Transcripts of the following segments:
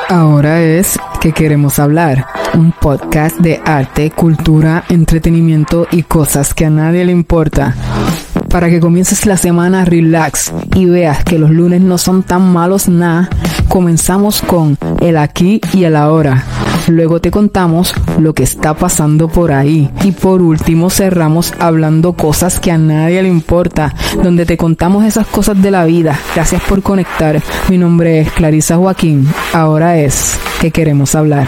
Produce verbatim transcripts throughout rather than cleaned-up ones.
Ahora es que queremos hablar, un podcast de arte, cultura, entretenimiento y cosas que a nadie le importa. Para que comiences la semana relax y veas que los lunes no son tan malos nada, comenzamos con el aquí y el ahora. Luego te contamos lo que está pasando por ahí. Y por último cerramos hablando cosas que a nadie le importa, donde te contamos esas cosas de la vida. Gracias por conectar. Mi nombre es Clarisa Joaquín. Ahora es que queremos hablar.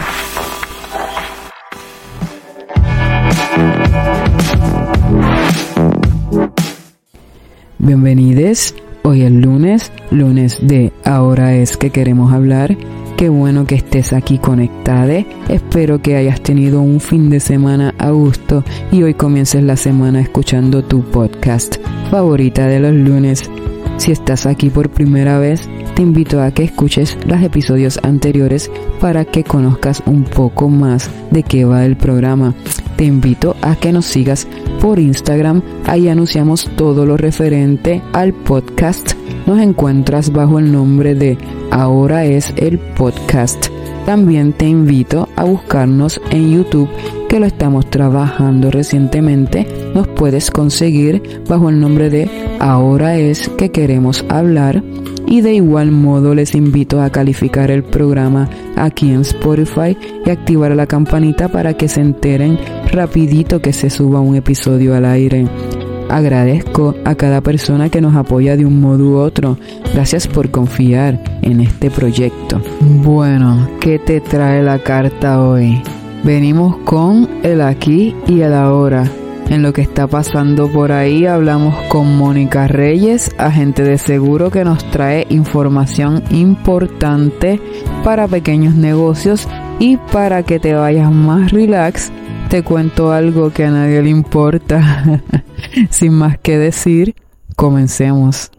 Bienvenidos. Hoy es lunes, lunes de Ahora es que queremos hablar. Qué bueno que estés aquí conectada. Espero que hayas tenido un fin de semana a gusto y hoy comiences la semana escuchando tu podcast favorita de los lunes. Si estás aquí por primera vez, te invito a que escuches los episodios anteriores para que conozcas un poco más de qué va el programa. Te invito a que nos sigas por Instagram, ahí anunciamos todo lo referente al podcast. Nos encuentras bajo el nombre de Ahora es el podcast. También te invito a buscarnos en YouTube, que lo estamos trabajando recientemente. Nos puedes conseguir bajo el nombre de Ahora es que queremos hablar. Y de igual modo les invito a calificar el programa aquí en Spotify y activar la campanita para que se enteren rapidito que se suba un episodio al aire. Agradezco a cada persona que nos apoya de un modo u otro. Gracias por confiar en este proyecto. Bueno, ¿qué te trae la carta hoy? Venimos con el aquí y el ahora. En lo que está pasando por ahí hablamos con Mónica Reyes, agente de seguro, que nos trae información importante para pequeños negocios. Y para que te vayas más relax, te cuento algo que a nadie le importa. Sin más que decir, comencemos.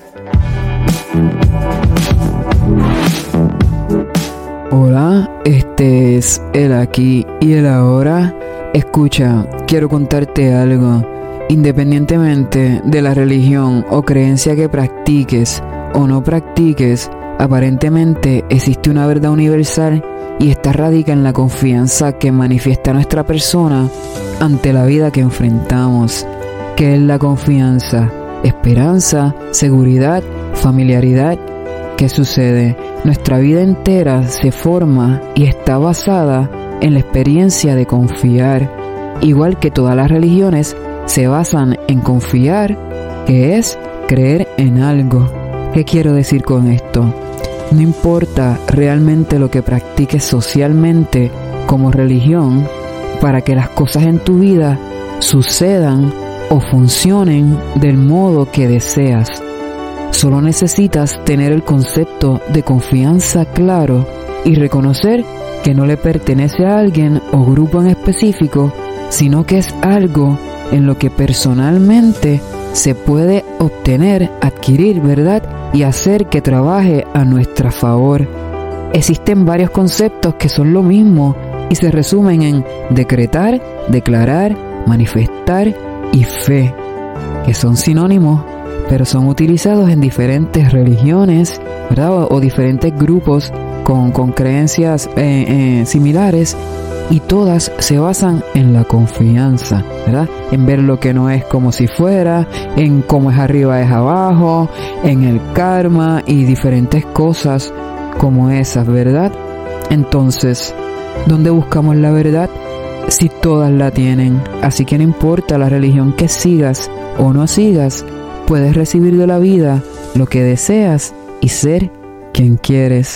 Hola, este es el aquí y el ahora. Escucha, quiero contarte algo. Independientemente de la religión o creencia que practiques o no practiques, aparentemente existe una verdad universal y esta radica en la confianza que manifiesta nuestra persona ante la vida que enfrentamos. ¿Qué es la confianza? Esperanza, seguridad, familiaridad. ¿Qué sucede? Nuestra vida entera se forma y está basada en la experiencia de confiar, igual que todas las religiones se basan en confiar, que es creer en algo. ¿Qué quiero decir con esto? No importa realmente lo que practiques socialmente como religión, para que las cosas en tu vida sucedan o funcionen del modo que deseas. Solo necesitas tener el concepto de confianza claro y reconocer que no le pertenece a alguien o grupo en específico, sino que es algo en lo que personalmente se puede obtener, adquirir, ¿verdad? Y hacer que trabaje a nuestro favor. Existen varios conceptos que son lo mismo y se resumen en decretar, declarar, manifestar y fe, que son sinónimos, pero son utilizados en diferentes religiones, ¿verdad? O, o diferentes grupos con, con creencias eh, eh, similares, y todas se basan en la confianza, ¿verdad? En ver lo que no es como si fuera, en cómo es arriba es abajo, en el karma y diferentes cosas como esas, ¿verdad? Entonces, ¿dónde buscamos la verdad? Si todas la tienen. Así que no importa la religión que sigas o no sigas, puedes recibir de la vida lo que deseas y ser quien quieres.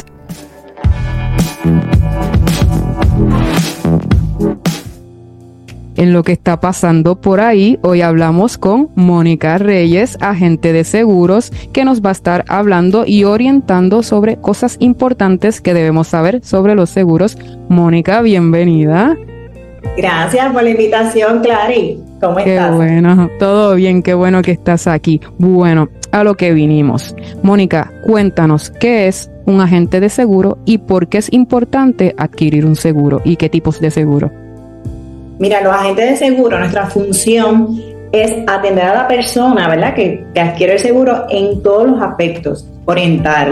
En lo que está pasando por ahí, hoy hablamos con Mónica Reyes, agente de seguros, que nos va a estar hablando y orientando sobre cosas importantes que debemos saber sobre los seguros. Mónica, bienvenida. Gracias por la invitación, Clary. ¿Cómo estás? Qué bueno, todo bien, qué bueno que estás aquí. Bueno, a lo que vinimos. Mónica, cuéntanos, ¿qué es un agente de seguro y por qué es importante adquirir un seguro y qué tipos de seguro? Mira, los agentes de seguro, nuestra función es atender a la persona, ¿verdad?, que, que adquiere el seguro en todos los aspectos, orientarlo,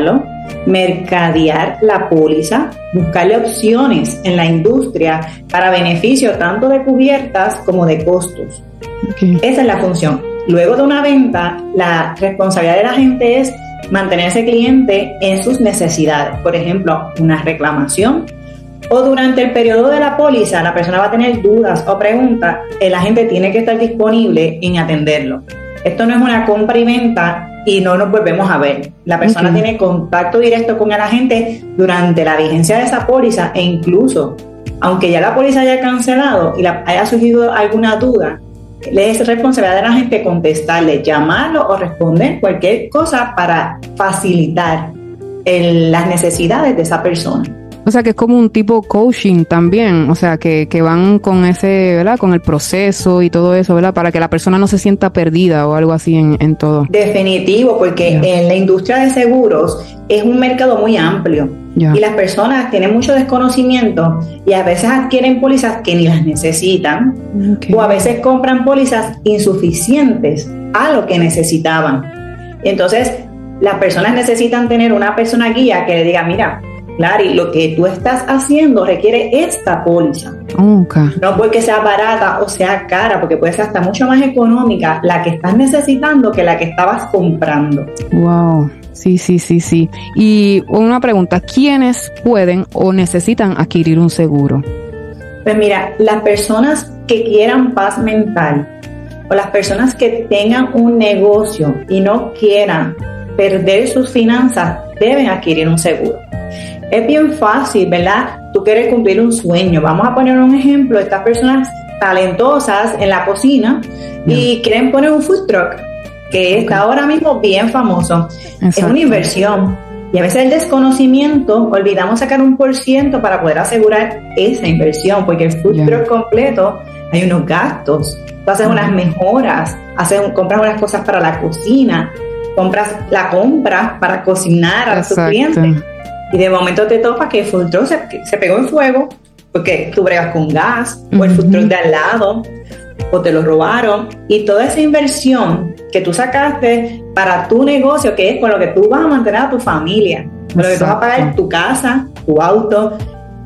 mercadear la póliza, buscarle opciones en la industria para beneficio tanto de cubiertas como de costos. Okay. Esa es la función. Luego de una venta, la responsabilidad del agente es mantener a ese cliente en sus necesidades. Por ejemplo, una reclamación, o durante el periodo de la póliza la persona va a tener dudas o preguntas, el agente tiene que estar disponible en atenderlo. Esto no es una compra y venta y no nos volvemos a ver. La persona okay. tiene contacto directo con el agente durante la vigencia de esa póliza, e incluso, aunque ya la póliza haya cancelado y la, haya surgido alguna duda, le es responsabilidad del agente contestarle, llamarlo o responder cualquier cosa para facilitar el, las necesidades de esa persona. O sea, que es como un tipo coaching también, o sea, que, que van con ese, ¿verdad? Con el proceso y todo eso, ¿verdad? Para que la persona no se sienta perdida o algo así en, en todo. Definitivo, porque yeah. en la industria de seguros es un mercado muy amplio yeah. y las personas tienen mucho desconocimiento y a veces adquieren pólizas que ni las necesitan okay. o a veces compran pólizas insuficientes a lo que necesitaban. Y entonces, las personas necesitan tener una persona guía que le diga, mira, Clary, lo que tú estás haciendo requiere esta póliza. Okay. No porque sea barata o sea cara, porque puede ser hasta mucho más económica la que estás necesitando que la que estabas comprando. Wow, sí, sí, sí, sí. Y una pregunta, ¿quiénes pueden o necesitan adquirir un seguro? Pues mira, las personas que quieran paz mental o las personas que tengan un negocio y no quieran perder sus finanzas deben adquirir un seguro. Es bien fácil, ¿verdad? Tú quieres cumplir un sueño. Vamos a poner un ejemplo de estas personas talentosas en la cocina yeah. y quieren poner un food truck que okay. está ahora mismo bien famoso. Exacto. Es una inversión. Y a veces el desconocimiento, olvidamos sacar un por ciento para poder asegurar esa inversión, porque el food yeah. truck completo hay unos gastos. Tú haces uh-huh. unas mejoras, haces un, compras unas cosas para la cocina, compras la compra para cocinar a tus clientes. Y de momento te topas que el food truck se, se pegó en fuego porque tú bregas con gas uh-huh. o el food truck de al lado o te lo robaron, y toda esa inversión que tú sacaste para tu negocio, que es con lo que tú vas a mantener a tu familia, con lo que tú vas a pagar tu casa, tu auto,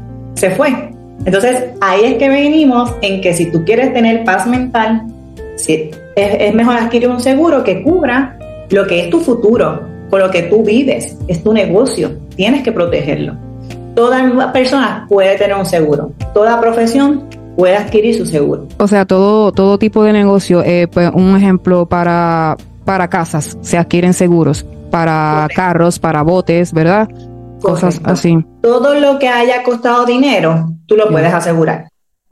se fue. Entonces ahí es que venimos en que si tú quieres tener paz mental, sí, es, es mejor adquirir un seguro que cubra lo que es tu futuro, con lo que tú vives, es tu negocio, tienes que protegerlo. Toda persona puede tener un seguro, toda profesión puede adquirir su seguro. O sea, todo todo tipo de negocio, eh, pues un ejemplo para, para casas, se adquieren seguros, para Correcto. Carros, para botes, ¿verdad? Correcto. Cosas así. Todo lo que haya costado dinero, tú lo yeah. puedes asegurar.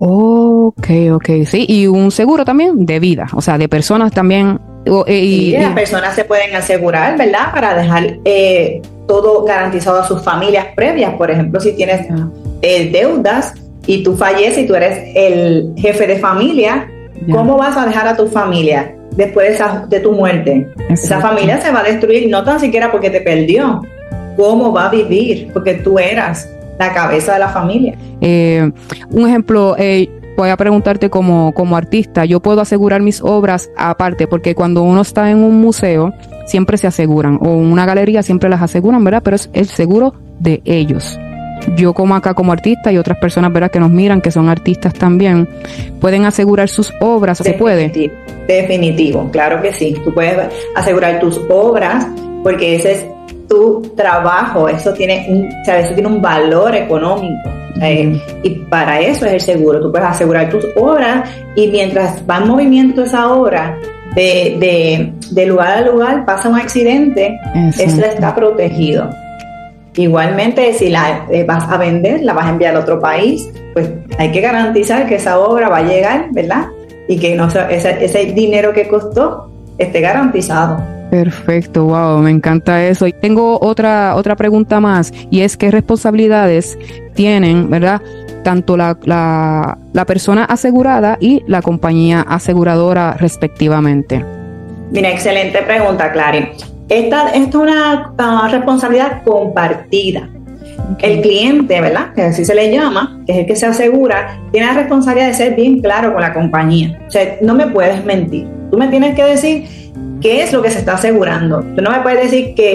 Ok, ok, sí, y un seguro también de vida, o sea, de personas también. Y, y las personas se pueden asegurar, ¿verdad? Para dejar eh, todo garantizado a sus familias previas. Por ejemplo, si tienes eh, deudas y tú falleces y tú eres el jefe de familia, yeah. ¿cómo vas a dejar a tu familia después de, esa, de tu muerte? Exacto. Esa familia se va a destruir, no tan siquiera porque te perdió. ¿Cómo va a vivir? Porque tú eras la cabeza de la familia. Eh, un ejemplo, eh, voy a preguntarte como, como artista, yo puedo asegurar mis obras aparte, porque cuando uno está en un museo, siempre se aseguran, o en una galería siempre las aseguran, ¿verdad? Pero es el seguro de ellos. Yo como acá como artista y otras personas, ¿verdad?, que nos miran, que son artistas también, pueden asegurar sus obras, ¿se puede? Definitivo, claro que sí. Tú puedes asegurar tus obras porque ese es tu trabajo, eso tiene un, o sea, eso tiene un valor económico. Eh, y para eso es el seguro. Tú puedes asegurar tus obras y mientras va en movimiento esa obra de, de, de lugar a lugar, pasa un accidente, exacto, eso está protegido. Igualmente, si la eh, vas a vender, la vas a enviar a otro país, pues hay que garantizar que esa obra va a llegar, ¿verdad? Y que no, ese, ese dinero que costó esté garantizado. Perfecto, wow, me encanta eso. Y tengo otra otra pregunta más, y es qué responsabilidades tienen, ¿verdad?, tanto la, la, la persona asegurada y la compañía aseguradora respectivamente. Mira, excelente pregunta, Clary. Esta, esta es una uh, responsabilidad compartida. Okay. El cliente, ¿verdad?, que así se le llama, que es el que se asegura, tiene la responsabilidad de ser bien claro con la compañía. O sea, no me puedes mentir. Tú me tienes que decir qué es lo que se está asegurando. Tú no me puedes decir que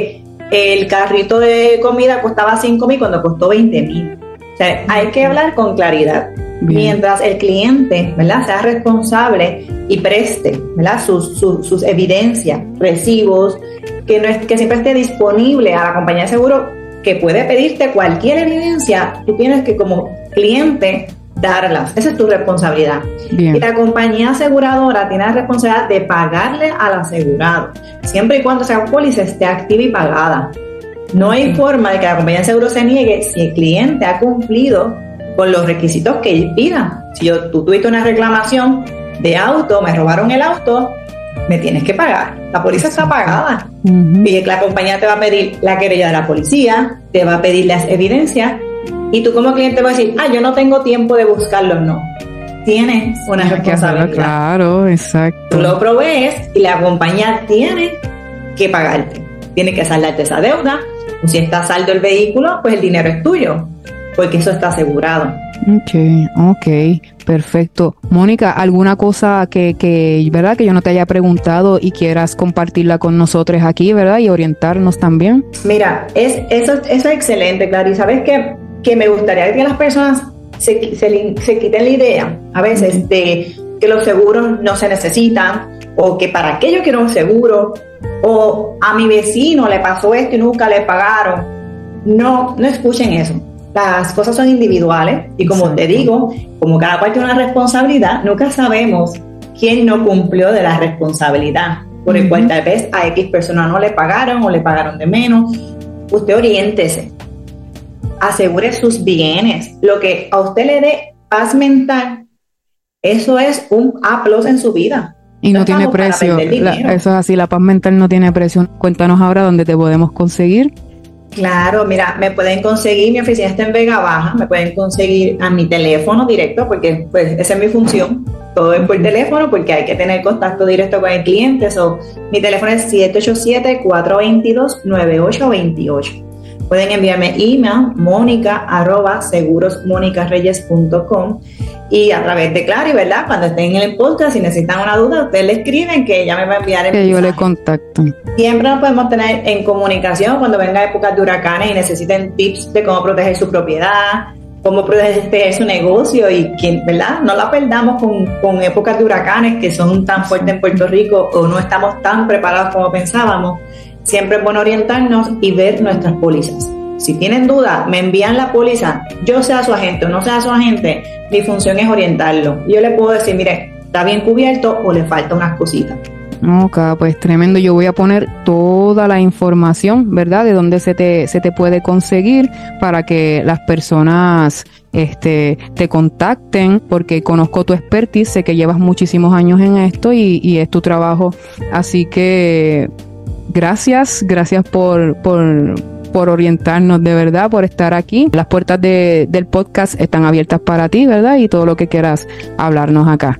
el carrito de comida costaba cinco mil cuando costó veinte mil. O sea, hay que hablar con claridad. Bien. Mientras el cliente, ¿verdad?, sea responsable y preste, ¿verdad?, sus, sus, sus evidencias, recibos, que, no es, que siempre esté disponible a la compañía de seguro, que puede pedirte cualquier evidencia, tú tienes que como cliente darlas. Esa es tu responsabilidad. Bien. Y la compañía aseguradora tiene la responsabilidad de pagarle al asegurado, siempre y cuando esa póliza esté activa y pagada. No hay forma de que la compañía de seguro se niegue si el cliente ha cumplido con los requisitos que él pida. Si yo, tú tuviste una reclamación de auto, me robaron el auto, me tienes que pagar. La póliza está pagada. Uh-huh. Y la compañía te va a pedir la querella de la policía, te va a pedir las evidencias, y tú como cliente vas a decir, ah, yo no tengo tiempo de buscarlo. No. Tienes una Tienes responsabilidad. Que hacerlo, claro, exacto. Tú lo provees y la compañía tiene que pagarte. Tiene que saldarte esa deuda. O si está saldo el vehículo, pues el dinero es tuyo, porque eso está asegurado. Okay, okay, perfecto. Mónica, ¿alguna cosa que, que, verdad, que yo no te haya preguntado y quieras compartirla con nosotros aquí, verdad, y orientarnos también? Mira, es, eso, eso es excelente, Clary. ¿Sabes qué? Que me gustaría que las personas se, se, se quiten la idea, a veces, uh-huh, de que los seguros no se necesitan, o que para qué yo quiero un seguro, o a mi vecino le pasó esto y nunca le pagaron. No, no escuchen eso. Las cosas son individuales y como Exacto. te digo, como cada cual tiene una responsabilidad, nunca sabemos quién no cumplió de la responsabilidad por el uh-huh. cual tal vez a X persona no le pagaron o le pagaron de menos. Usted oriéntese, asegure sus bienes, lo que a usted le dé paz mental, eso es un A plus en su vida. Y no, no tiene precio, la, eso es así, la paz mental no tiene precio. Cuéntanos ahora dónde te podemos conseguir. Claro, mira, me pueden conseguir, mi oficina está en Vega Baja, me pueden conseguir a mi teléfono directo, porque pues esa es mi función, todo es por teléfono, porque hay que tener contacto directo con el cliente. So, mi teléfono es siete ocho siete, cuatro dos dos, nueve ocho dos ocho. Pueden enviarme email, mónica arroba seguros mónica reyes punto com, y a través de Clary, ¿verdad? Cuando estén en el podcast, si necesitan una duda, ustedes le escriben que ella me va a enviar el que mensaje. Yo le contacto. Siempre nos podemos tener en comunicación cuando venga épocas de huracanes y necesiten tips de cómo proteger su propiedad, cómo proteger su negocio, y que, ¿verdad?, no la perdamos con, con épocas de huracanes que son tan fuertes en Puerto Rico, o no estamos tan preparados como pensábamos. Siempre es bueno orientarnos y ver nuestras pólizas. Si tienen duda, me envían la póliza, yo sea su agente o no sea su agente, mi función es orientarlo. Yo le puedo decir, mire, está bien cubierto o le falta unas cositas. Ok, pues tremendo. Yo voy a poner toda la información, ¿verdad?, de dónde se te, se te puede conseguir, para que las personas este, te contacten, porque conozco tu expertise, sé que llevas muchísimos años en esto y, y es tu trabajo. Así que gracias, gracias por... por por orientarnos, de verdad, por estar aquí. Las puertas de, del podcast están abiertas para ti, ¿verdad? Y todo lo que quieras hablarnos acá.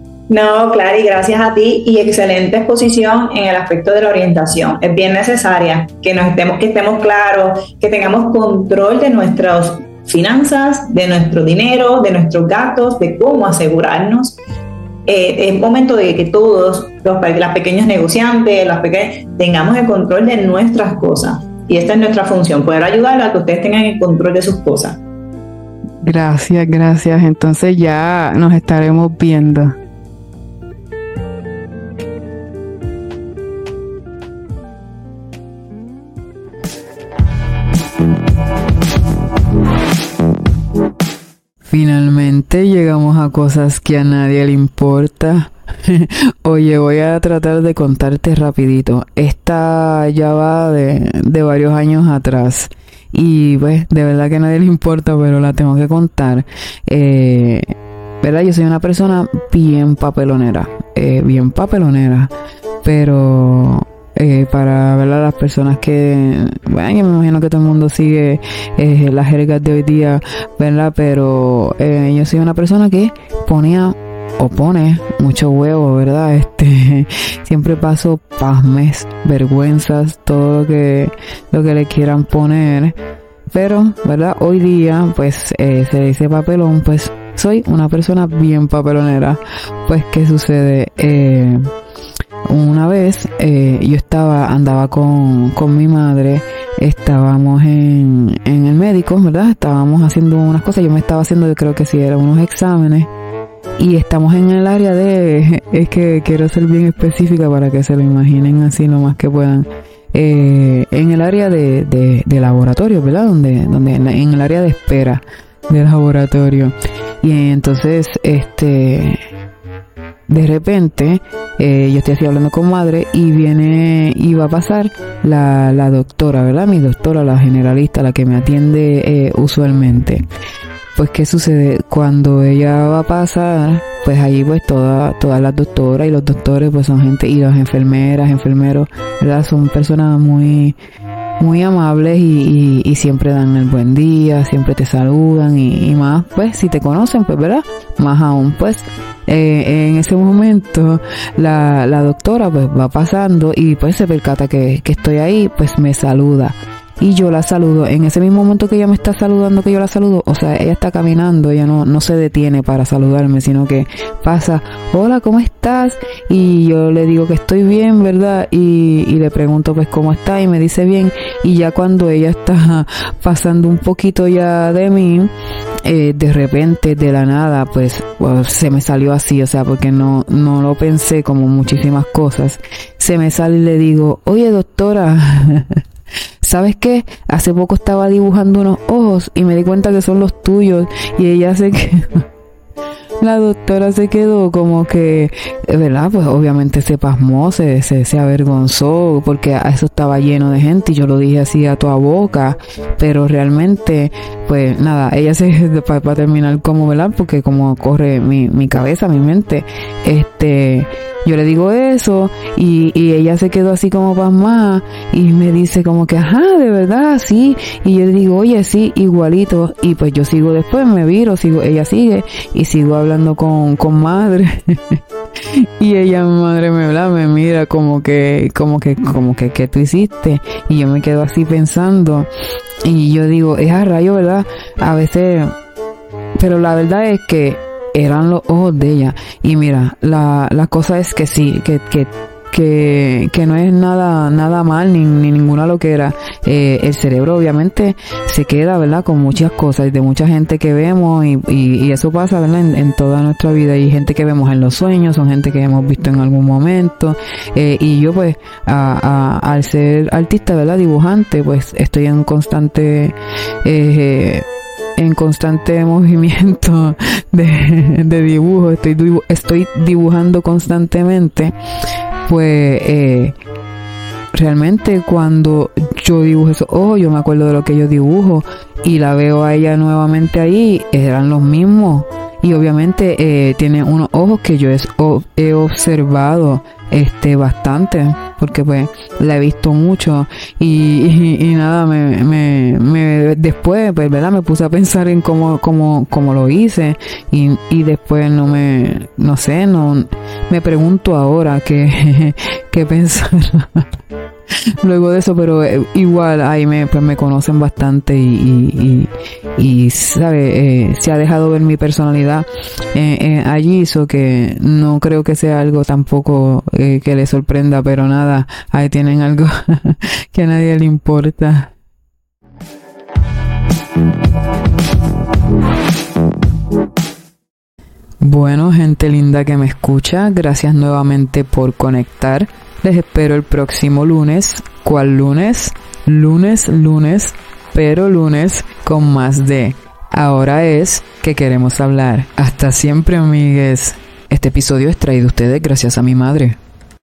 No, Clary, gracias a ti, y excelente exposición en el aspecto de la orientación. Es bien necesaria que nos estemos, que estemos claros, que tengamos control de nuestras finanzas, de nuestro dinero, de nuestros gastos, de cómo asegurarnos. Eh, es momento de que todos, los, los pequeños negociantes, los pequeños, tengamos el control de nuestras cosas. Y esta es nuestra función, poder ayudarlos a que ustedes tengan el control de sus cosas. Gracias, gracias. Entonces ya nos estaremos viendo. Finalmente llegamos a cosas que a nadie le importa. Oye, voy a tratar de contarte rapidito. Esta ya va de, de varios años atrás y pues de verdad que a nadie le importa, pero la tengo que contar. Eh, ¿verdad? Yo soy una persona bien papelonera, eh, bien papelonera, pero... Eh, para ver a las personas que, bueno, yo me imagino que todo el mundo sigue eh, las jergas de hoy día, ¿verdad? Pero eh, yo soy una persona que ponía o pone mucho huevo, ¿verdad? Este, siempre paso pasmes, vergüenzas, todo lo que, lo que le quieran poner, pero, ¿verdad? Hoy día, pues, eh, se dice papelón, pues, soy una persona bien papelonera. Pues, ¿qué sucede? Eh, Una vez eh, yo estaba, andaba con, con mi madre estábamos en, en el médico, ¿verdad? Estábamos haciendo unas cosas, yo me estaba haciendo, yo creo que sí, eran unos exámenes, y estamos en el área de, es que quiero ser bien específica para que se lo imaginen así lo más que puedan, eh, en el área de, de, de laboratorio, ¿verdad? Donde, donde en, en el área de espera del laboratorio. Y entonces, este, de repente, eh, yo estoy así hablando con madre y viene y va a pasar la, la doctora, ¿verdad? Mi doctora, la generalista, la que me atiende eh, usualmente. Pues, ¿qué sucede? Cuando ella va a pasar, pues allí pues toda, todas las doctoras y los doctores pues son gente, y las enfermeras, enfermeros, ¿verdad? Son personas muy, muy amables y, y, y siempre dan el buen día, siempre te saludan y, y más, pues si te conocen, pues, ¿verdad? Más aún, pues, eh, en ese momento la, la doctora pues va pasando y pues se percata que, que estoy ahí, pues me saluda. Y yo la saludo, en ese mismo momento que ella me está saludando, que yo la saludo, o sea, ella está caminando, ella no, no se detiene para saludarme, sino que pasa, hola, ¿cómo estás? Y yo le digo que estoy bien, ¿verdad? Y, y le pregunto pues cómo está y me dice bien, y ya cuando ella está pasando un poquito ya de mí, eh, de repente, de la nada, pues, well, se me salió así, o sea, porque no, no lo pensé como muchísimas cosas, se me sale y le digo, oye, doctora, ¿sabes qué? Hace poco estaba dibujando unos ojos y me di cuenta que son los tuyos, y ella se quedó, la doctora se quedó como que, ¿verdad? Pues obviamente se pasmó, se, se, se avergonzó porque eso estaba lleno de gente y yo lo dije así a toda boca, pero realmente, pues nada, ella se, para, para terminar como, ¿verdad? Porque como corre mi, mi cabeza, mi mente, este... yo le digo eso y, y ella se quedó así como pasmada y me dice como que, ajá, de verdad, sí. Y yo le digo, oye, sí, igualito. Y pues yo sigo después, me viro, sigo, ella sigue y sigo hablando con, con madre. Y ella, madre, me, me mira como que, como que, como que, ¿qué tú hiciste? Y yo me quedo así pensando y yo digo, es a rayo, ¿verdad? A veces, pero la verdad es que eran los ojos de ella. Y mira, la, la cosa es que sí, que, que, que, que no es nada, nada mal, ni, ni ninguna loquera. Eh, el cerebro obviamente se queda, ¿verdad? Con muchas cosas, de mucha gente que vemos, y, y, y eso pasa, ¿verdad? En, en toda nuestra vida. Y gente que vemos en los sueños, son gente que hemos visto en algún momento. Eh, y yo pues, a, a, al ser artista, ¿verdad? Dibujante, pues estoy en constante, eh, en constante movimiento de, de dibujo, estoy, dibu- estoy dibujando constantemente, pues eh, realmente cuando yo dibujo esos ojos, yo me acuerdo de lo que yo dibujo y la veo a ella nuevamente ahí, eran los mismos. Y obviamente eh, tiene unos ojos que yo es, o, he observado este bastante, porque pues la he visto mucho y, y, y nada, me, me, me después pues verdad me puse a pensar en cómo, cómo, cómo lo hice y, y después no me, no sé, no, me pregunto ahora qué, qué pensar luego de eso, pero eh, igual ahí me, pues me conocen bastante y, y, y, y sabe, eh, se ha dejado ver mi personalidad eh, eh, allí, eso que no creo que sea algo tampoco eh, que le sorprenda, pero nada, ahí tienen algo que a nadie le importa. Bueno, gente linda que me escucha, gracias nuevamente por conectar. Les espero el próximo lunes. ¿Cuál lunes? Lunes, lunes, pero lunes con más de Ahora es que queremos hablar. Hasta siempre, amigues. Este episodio es traído a ustedes gracias a mi madre.